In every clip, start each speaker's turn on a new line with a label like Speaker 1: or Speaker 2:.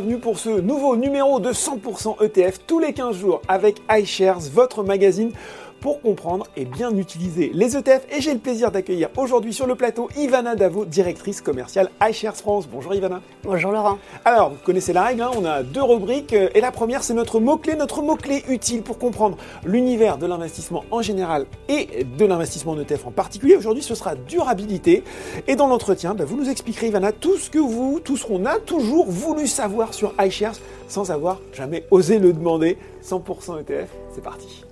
Speaker 1: bienvenue pour ce nouveau numéro de 100% ETF tous les 15 jours avec iShares, votre magazine pour comprendre et bien utiliser les ETF. Et j'ai le plaisir d'accueillir aujourd'hui sur le plateau Ivana Davo, directrice commerciale iShares France. Bonjour Ivana.
Speaker 2: Bonjour Laurent.
Speaker 1: Alors, vous connaissez la règle, on a deux rubriques et la première c'est notre mot-clé utile pour comprendre l'univers de l'investissement en général et de l'investissement en ETF en particulier. Aujourd'hui, ce sera durabilité. Et dans l'entretien, vous nous expliquerez Ivana tout ce qu'on a toujours voulu savoir sur iShares sans avoir jamais osé le demander. 100% ETF, c'est parti.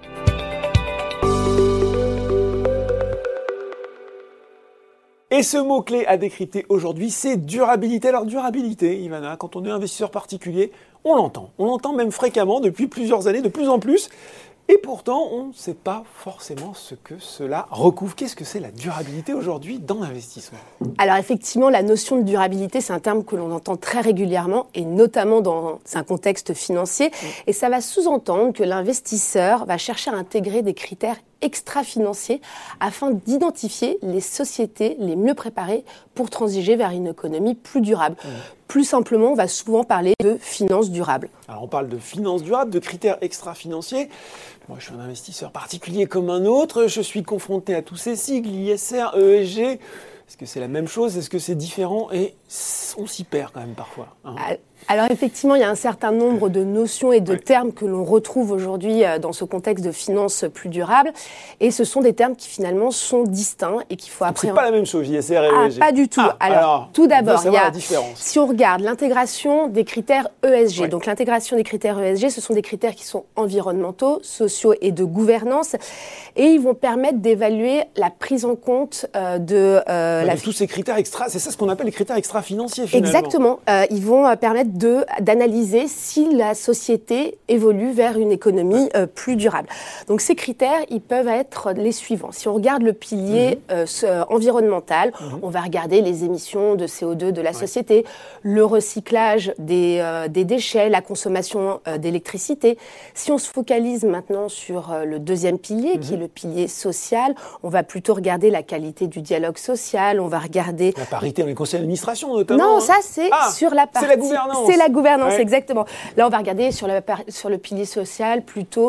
Speaker 1: Et ce mot-clé à décrypter aujourd'hui, c'est durabilité. Alors durabilité, Ivana, quand on est investisseur particulier, on l'entend. On l'entend même fréquemment depuis plusieurs années, de plus en plus. Et pourtant, on ne sait pas forcément ce que cela recouvre. Qu'est-ce que c'est la durabilité aujourd'hui dans l'investissement ?
Speaker 2: Alors effectivement, la notion de durabilité, c'est un terme que l'on entend très régulièrement et notamment dans un contexte financier. Et ça va sous-entendre que l'investisseur va chercher à intégrer des critères extra-financiers afin d'identifier les sociétés les mieux préparées pour transiger vers une économie plus durable. Plus simplement, on va souvent parler de finances durables.
Speaker 1: Alors on parle de finances durables, de critères extra-financiers. Moi, je suis un investisseur particulier comme un autre. Je suis confronté à tous ces sigles, ISR, ESG. Est-ce que c'est la même chose ? Est-ce que c'est différent ? Et on s'y perd quand même parfois.
Speaker 2: Alors effectivement, il y a un certain nombre de notions et de termes que l'on retrouve aujourd'hui dans ce contexte de finances plus durables. Et ce sont des termes qui finalement sont distincts et qu'il faut appréhender.
Speaker 1: C'est pas la même chose, ISR et ESG.
Speaker 2: Pas du tout. Alors tout d'abord, il y a, si on regarde l'intégration des critères ESG, donc l'intégration des critères ESG, ce sont des critères qui sont environnementaux, sociaux et de gouvernance. Et ils vont permettre d'évaluer la prise en compte de
Speaker 1: tous ces critères extra, c'est ça ce qu'on appelle les critères extra-financiers finalement.
Speaker 2: Exactement. Ils vont permettre d'analyser si la société évolue vers une économie plus durable. Donc ces critères, ils peuvent être les suivants. Si on regarde le pilier environnemental, on va regarder les émissions de CO2 de la société, le recyclage des déchets, la consommation d'électricité. Si on se focalise maintenant sur le deuxième pilier, qui est le pilier social, on va plutôt regarder la qualité du dialogue social, on va regarder...
Speaker 1: La parité dans les conseils d'administration notamment.
Speaker 2: Non, ça c'est sur la partie...
Speaker 1: C'est la gouvernance.
Speaker 2: C'est la gouvernance, exactement. Là, on va regarder sur le pilier social plutôt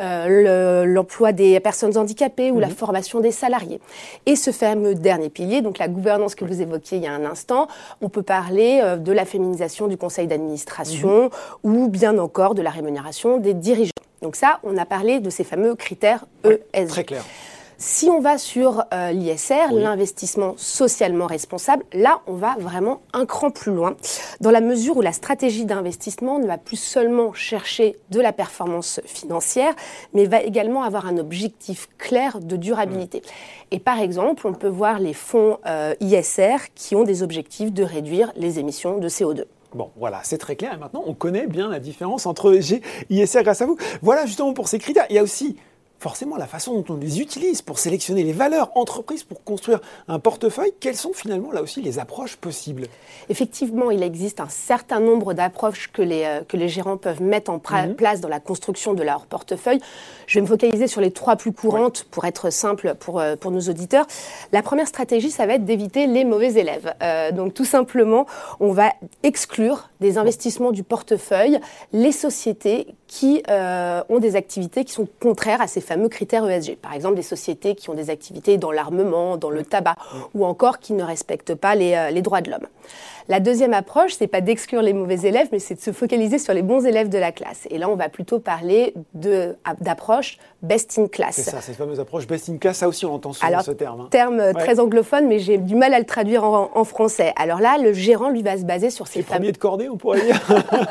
Speaker 2: l'emploi des personnes handicapées ou la formation des salariés. Et ce fameux dernier pilier, donc la gouvernance que vous évoquiez il y a un instant, on peut parler de la féminisation du conseil d'administration ou bien encore de la rémunération des dirigeants. Donc ça, on a parlé de ces fameux critères ESG.
Speaker 1: Très clair.
Speaker 2: Si on va sur l'ISR, l'investissement socialement responsable, là, on va vraiment un cran plus loin, dans la mesure où la stratégie d'investissement ne va plus seulement chercher de la performance financière, mais va également avoir un objectif clair de durabilité. Et par exemple, on peut voir les fonds ISR qui ont des objectifs de réduire les émissions de CO2.
Speaker 1: Bon, voilà, c'est très clair. Et maintenant, on connaît bien la différence entre ESG et ISR grâce à vous. Voilà, justement, pour ces critères. Il y a aussi... forcément, la façon dont on les utilise pour sélectionner les valeurs entreprises pour construire un portefeuille, quelles sont finalement là aussi les approches possibles ?
Speaker 2: Effectivement, il existe un certain nombre d'approches que les gérants peuvent mettre en place dans la construction de leur portefeuille. Je vais me focaliser sur les trois plus courantes pour être simple pour nos auditeurs. La première stratégie, ça va être d'éviter les mauvais élèves. Donc tout simplement, on va exclure des investissements du portefeuille les sociétés qui ont des activités qui sont contraires à ces fameux critères ESG. Par exemple, des sociétés qui ont des activités dans l'armement, dans le tabac, ou encore qui ne respectent pas les droits de l'homme. La deuxième approche, c'est pas d'exclure les mauvais élèves, mais c'est de se focaliser sur les bons élèves de la classe. Et là, on va plutôt parler d'approche best in class.
Speaker 1: C'est ça, cette fameuse approche best in class, ça aussi on entend souvent ce terme.
Speaker 2: Terme très anglophone, mais j'ai du mal à le traduire en français. Alors là, le gérant, lui, va se baser sur ces
Speaker 1: fameux... premiers de cordée, on pourrait dire.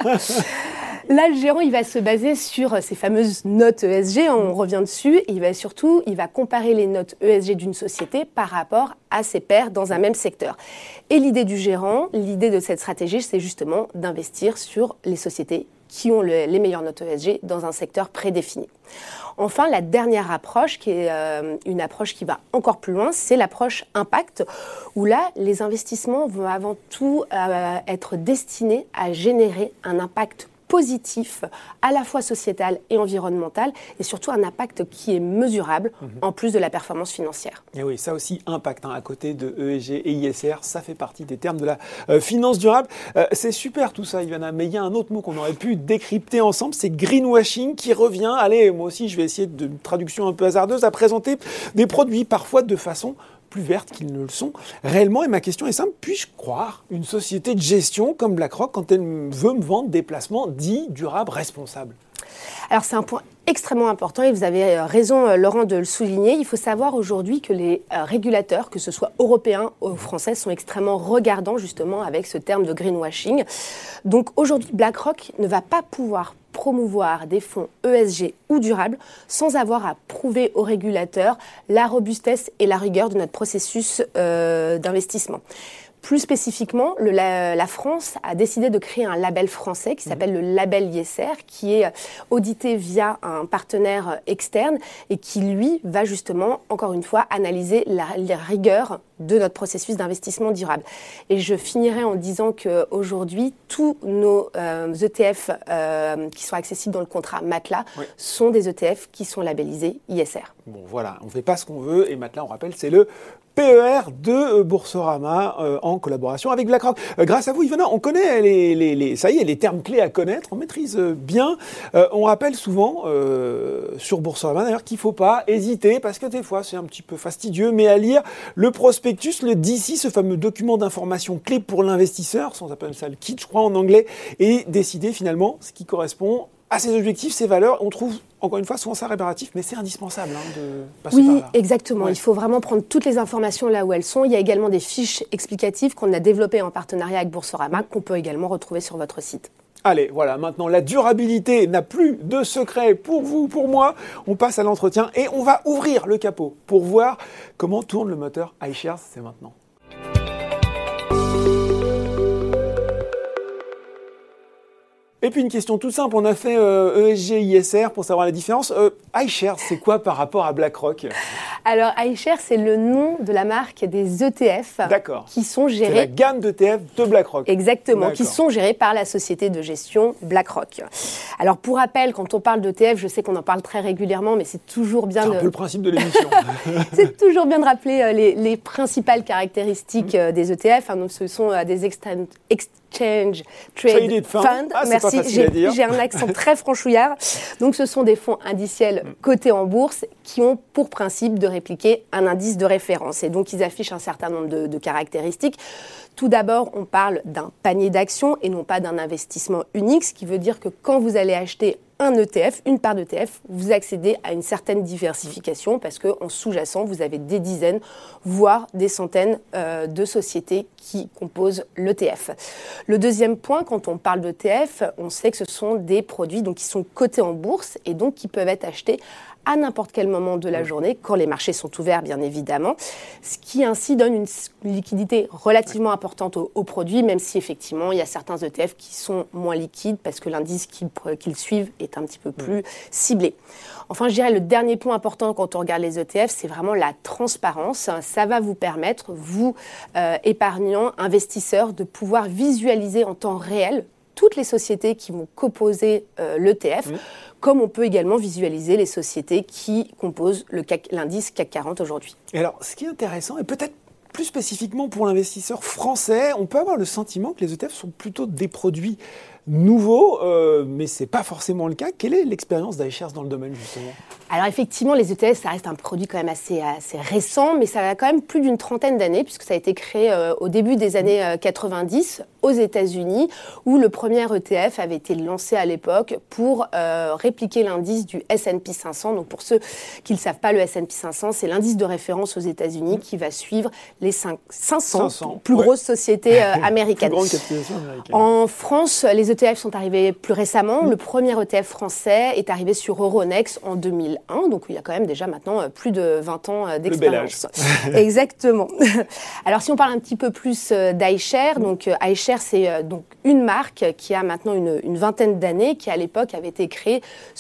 Speaker 2: Là, le gérant, il va se baser sur ces fameuses notes ESG, on revient dessus, et il va comparer les notes ESG d'une société par rapport à ses pairs dans un même secteur. Et l'idée du gérant, l'idée de cette stratégie, c'est justement d'investir sur les sociétés qui ont les meilleures notes ESG dans un secteur prédéfini. Enfin, la dernière approche, qui est une approche qui va encore plus loin, c'est l'approche impact, où là, les investissements vont avant tout être destinés à générer un impact positif, à la fois sociétal et environnemental, et surtout un impact qui est mesurable, en plus de la performance financière.
Speaker 1: Et oui, ça aussi, impact, à côté de ESG et ISR, ça fait partie des termes de la finance durable. C'est super tout ça, Ivana, mais il y a un autre mot qu'on aurait pu décrypter ensemble, c'est greenwashing qui revient. Allez, moi aussi, je vais essayer d'une traduction un peu hasardeuse à présenter des produits parfois de façon plus vertes qu'ils ne le sont réellement. Et ma question est simple, puis-je croire une société de gestion comme BlackRock quand elle veut me vendre des placements dits durables responsables ?
Speaker 2: Alors c'est un point extrêmement important et vous avez raison Laurent de le souligner. Il faut savoir aujourd'hui que les régulateurs, que ce soit européens ou français, sont extrêmement regardants justement avec ce terme de greenwashing. Donc aujourd'hui BlackRock ne va pas pouvoir promouvoir des fonds ESG ou durables sans avoir à prouver aux régulateurs la robustesse et la rigueur de notre processus d'investissement. Plus spécifiquement, la France a décidé de créer un label français qui s'appelle le label ISR, qui est audité via un partenaire externe et qui, lui, va justement, encore une fois, analyser la rigueur de notre processus d'investissement durable. Et je finirai en disant qu'aujourd'hui, tous nos ETF qui sont accessibles dans le contrat Matelas sont des ETF qui sont labellisés ISR.
Speaker 1: Bon, voilà, on ne fait pas ce qu'on veut et Matelas, on rappelle, c'est le PER de Boursorama en collaboration avec BlackRock. Grâce à vous, Ivana, on connaît ça y est, les termes clés à connaître, on maîtrise bien. On rappelle souvent sur Boursorama d'ailleurs qu'il ne faut pas hésiter, parce que des fois c'est un petit peu fastidieux, mais à lire le prospectus, le DCI, ce fameux document d'information clé pour l'investisseur, on appelle ça le KIT, je crois en anglais, et décider finalement ce qui correspond à ses objectifs, ses valeurs. On trouve, encore une fois, souvent ça réparatif, mais c'est indispensable de passer par là.
Speaker 2: Oui, exactement. Ouais. Il faut vraiment prendre toutes les informations là où elles sont. Il y a également des fiches explicatives qu'on a développées en partenariat avec Boursorama, qu'on peut également retrouver sur votre site.
Speaker 1: Allez, voilà, maintenant la durabilité n'a plus de secret pour vous, pour moi. On passe à l'entretien et on va ouvrir le capot pour voir comment tourne le moteur iShares. C'est maintenant. Et puis une question toute simple, on a fait ESG, ISR pour savoir la différence. iShares, c'est quoi par rapport à BlackRock ?
Speaker 2: Alors iShares, c'est le nom de la marque des ETF qui sont gérés...
Speaker 1: C'est la gamme d'ETF de BlackRock.
Speaker 2: Exactement, qui sont gérés par la société de gestion BlackRock. Alors pour rappel, quand on parle d'ETF, je sais qu'on en parle très régulièrement, mais c'est toujours bien
Speaker 1: C'est un peu le principe de l'émission.
Speaker 2: C'est toujours bien de rappeler les principales caractéristiques des ETF. Donc ce sont des Exchange Traded Fund. Merci, j'ai un accent très franchouillard. Donc ce sont des fonds indiciels cotés en bourse qui ont pour principe de répliquer un indice de référence. Et donc ils affichent un certain nombre de caractéristiques. Tout d'abord, on parle d'un panier d'actions et non pas d'un investissement unique, ce qui veut dire que quand vous allez acheter un ETF, une part d'ETF, vous accédez à une certaine diversification parce qu'en sous-jacent, vous avez des dizaines, voire des centaines de sociétés qui composent l'ETF. Le deuxième point, quand on parle d'ETF, on sait que ce sont des produits donc, qui sont cotés en bourse et donc qui peuvent être achetés à n'importe quel moment de la journée, quand les marchés sont ouverts, bien évidemment, ce qui ainsi donne une liquidité relativement importante aux produits, même si effectivement, il y a certains ETF qui sont moins liquides parce que l'indice qu'ils suivent est un petit peu plus ciblé. Enfin, je dirais le dernier point important quand on regarde les ETF, c'est vraiment la transparence. Ça va vous permettre, vous, épargnants, investisseurs, de pouvoir visualiser en temps réel toutes les sociétés qui vont composer l'ETF, comme on peut également visualiser les sociétés qui composent l'indice CAC 40 aujourd'hui.
Speaker 1: Et alors, ce qui est intéressant, et peut-être plus spécifiquement pour l'investisseur français, on peut avoir le sentiment que les ETF sont plutôt des produits nouveaux, mais ce n'est pas forcément le cas. Quelle est l'expérience d'iShares dans le domaine, justement ?
Speaker 2: Alors effectivement, les ETF, ça reste un produit quand même assez récent, mais ça a quand même plus d'une trentaine d'années, puisque ça a été créé au début des années 90 aux États-Unis, où le premier ETF avait été lancé à l'époque pour répliquer l'indice du S&P 500. Donc pour ceux qui ne le savent pas, le S&P 500, c'est l'indice de référence aux États-Unis qui va suivre les 500 plus grosses sociétés américaines.
Speaker 1: Plus grande capitalisation américaine.
Speaker 2: En France, les ETF sont arrivés plus récemment. Le premier ETF français est arrivé sur Euronext en 2001, donc il y a quand même déjà maintenant plus de 20 ans d'expérience. Exactement. Alors si on parle un petit peu plus d'iShares, donc iShares c'est donc une marque qui a maintenant une vingtaine d'années, qui à l'époque avait été créée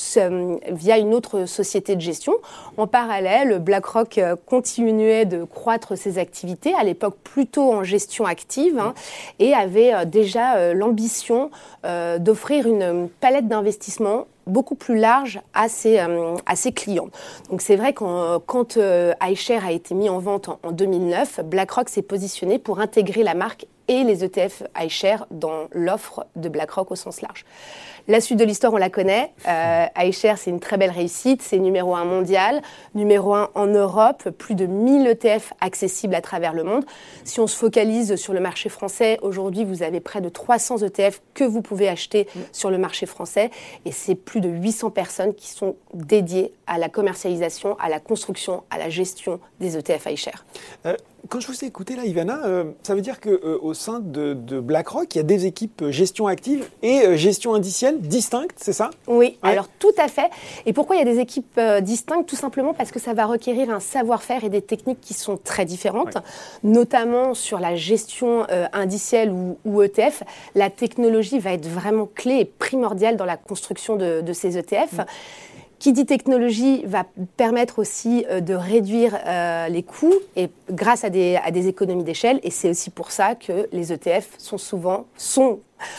Speaker 2: via une autre société de gestion. En parallèle, BlackRock continuait de croître ses activités, à l'époque plutôt en gestion active, et avait déjà l'ambition d'offrir une palette d'investissement beaucoup plus large à ses clients. Donc c'est vrai que quand iShares a été mis en vente en 2009, BlackRock s'est positionné pour intégrer la marque et les ETF iShares dans l'offre de BlackRock au sens large. La suite de l'histoire, on la connaît. iShares, c'est une très belle réussite. C'est numéro 1 mondial, numéro 1 en Europe, plus de 1000 ETF accessibles à travers le monde. Si on se focalise sur le marché français, aujourd'hui, vous avez près de 300 ETF que vous pouvez acheter sur le marché français. Et c'est plus de 800 personnes qui sont dédiées à la commercialisation, à la construction, à la gestion des ETF iShares.
Speaker 1: Quand je vous ai écouté là, Ivana, ça veut dire qu'au sein de BlackRock, il y a des équipes gestion active et gestion indicielle distinctes, c'est ça ?
Speaker 2: Oui, ouais. Alors tout à fait. Et pourquoi il y a des équipes distinctes ? Tout simplement parce que ça va requérir un savoir-faire et des techniques qui sont très différentes, notamment sur la gestion indicielle ou ETF. La technologie va être vraiment clé et primordiale dans la construction de ces ETF. Qui dit technologie va permettre aussi de réduire les coûts et grâce à des économies d'échelle. Et c'est aussi pour ça que les ETF sont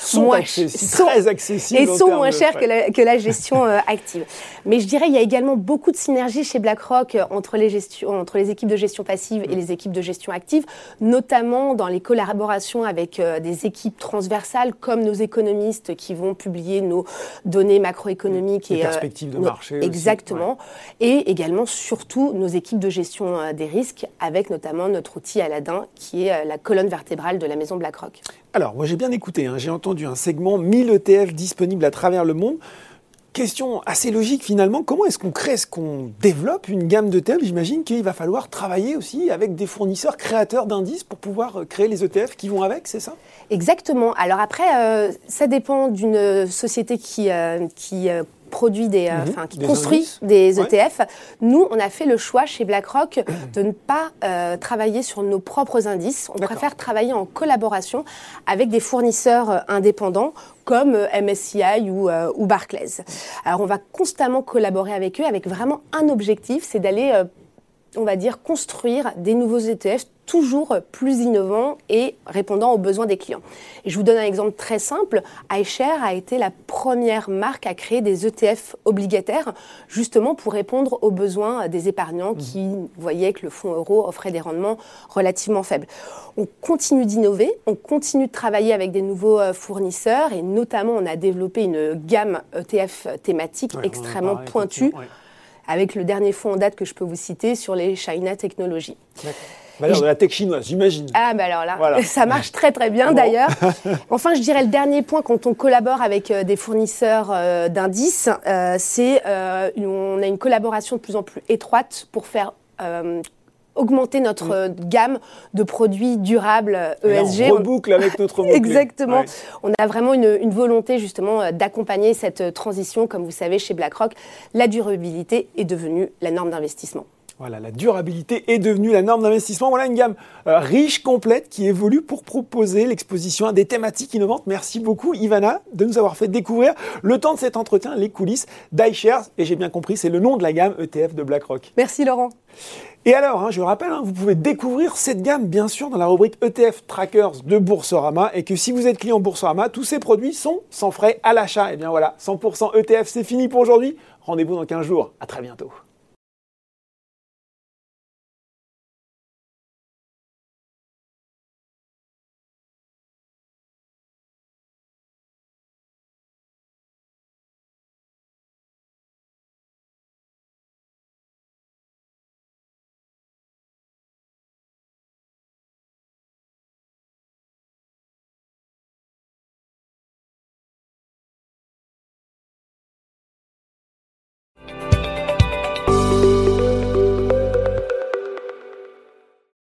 Speaker 1: très accessibles
Speaker 2: et sont moins chers que la gestion active. Mais je dirais qu'il y a également beaucoup de synergie chez BlackRock entre les équipes de gestion passive et les équipes de gestion active, notamment dans les collaborations avec des équipes transversales comme nos économistes qui vont publier nos données macroéconomiques
Speaker 1: et perspectives de marché.
Speaker 2: Exactement.
Speaker 1: Aussi,
Speaker 2: et également, surtout, nos équipes de gestion des risques avec notamment notre outil Aladdin qui est la colonne vertébrale de la maison BlackRock.
Speaker 1: Alors, moi j'ai bien écouté, j'ai entendu un segment 1000 ETF disponibles à travers le monde. Question assez logique finalement, comment est-ce qu'on développe une gamme d'ETF ? J'imagine qu'il va falloir travailler aussi avec des fournisseurs créateurs d'indices pour pouvoir créer les ETF qui vont avec, c'est ça ?
Speaker 2: Exactement. Alors après, ça dépend d'une société qui produit qui construit des ETF. Ouais. Nous, on a fait le choix chez BlackRock de ne pas travailler sur nos propres indices. On préfère travailler en collaboration avec des fournisseurs indépendants comme MSCI ou Barclays. Alors, on va constamment collaborer avec eux avec vraiment un objectif, c'est d'aller, on va dire, construire des nouveaux ETF toujours plus innovants et répondant aux besoins des clients. Et je vous donne un exemple très simple. iShares a été la première marque à créer des ETF obligataires, justement pour répondre aux besoins des épargnants qui voyaient que le fonds euro offrait des rendements relativement faibles. On continue d'innover, on continue de travailler avec des nouveaux fournisseurs et notamment on a développé une gamme ETF thématique extrêmement pointue avec le dernier fonds en date que je peux vous citer sur les China Technologies.
Speaker 1: Valeur de la tech chinoise, j'imagine.
Speaker 2: Ah, alors là, voilà. Ça marche très très bien d'ailleurs. Enfin, je dirais le dernier point, quand on collabore avec des fournisseurs d'indices, c'est on a une collaboration de plus en plus étroite pour faire augmenter notre gamme de produits durables ESG.
Speaker 1: On reboucle avec notre mot-clé.
Speaker 2: Exactement. Ouais. On a vraiment une volonté justement d'accompagner cette transition. Comme vous savez, chez BlackRock, la durabilité est devenue la norme d'investissement.
Speaker 1: Voilà, la durabilité est devenue la norme d'investissement. Voilà une gamme riche, complète, qui évolue pour proposer l'exposition à des thématiques innovantes. Merci beaucoup, Ivana, de nous avoir fait découvrir le temps de cet entretien, les coulisses d'iShares. Et j'ai bien compris, c'est le nom de la gamme ETF de BlackRock.
Speaker 2: Merci, Laurent.
Speaker 1: Et alors, je le rappelle, vous pouvez découvrir cette gamme, bien sûr, dans la rubrique ETF Trackers de Boursorama. Et que si vous êtes client Boursorama, tous ces produits sont sans frais à l'achat. Et bien voilà, 100% ETF, c'est fini pour aujourd'hui. Rendez-vous dans 15 jours. À très bientôt.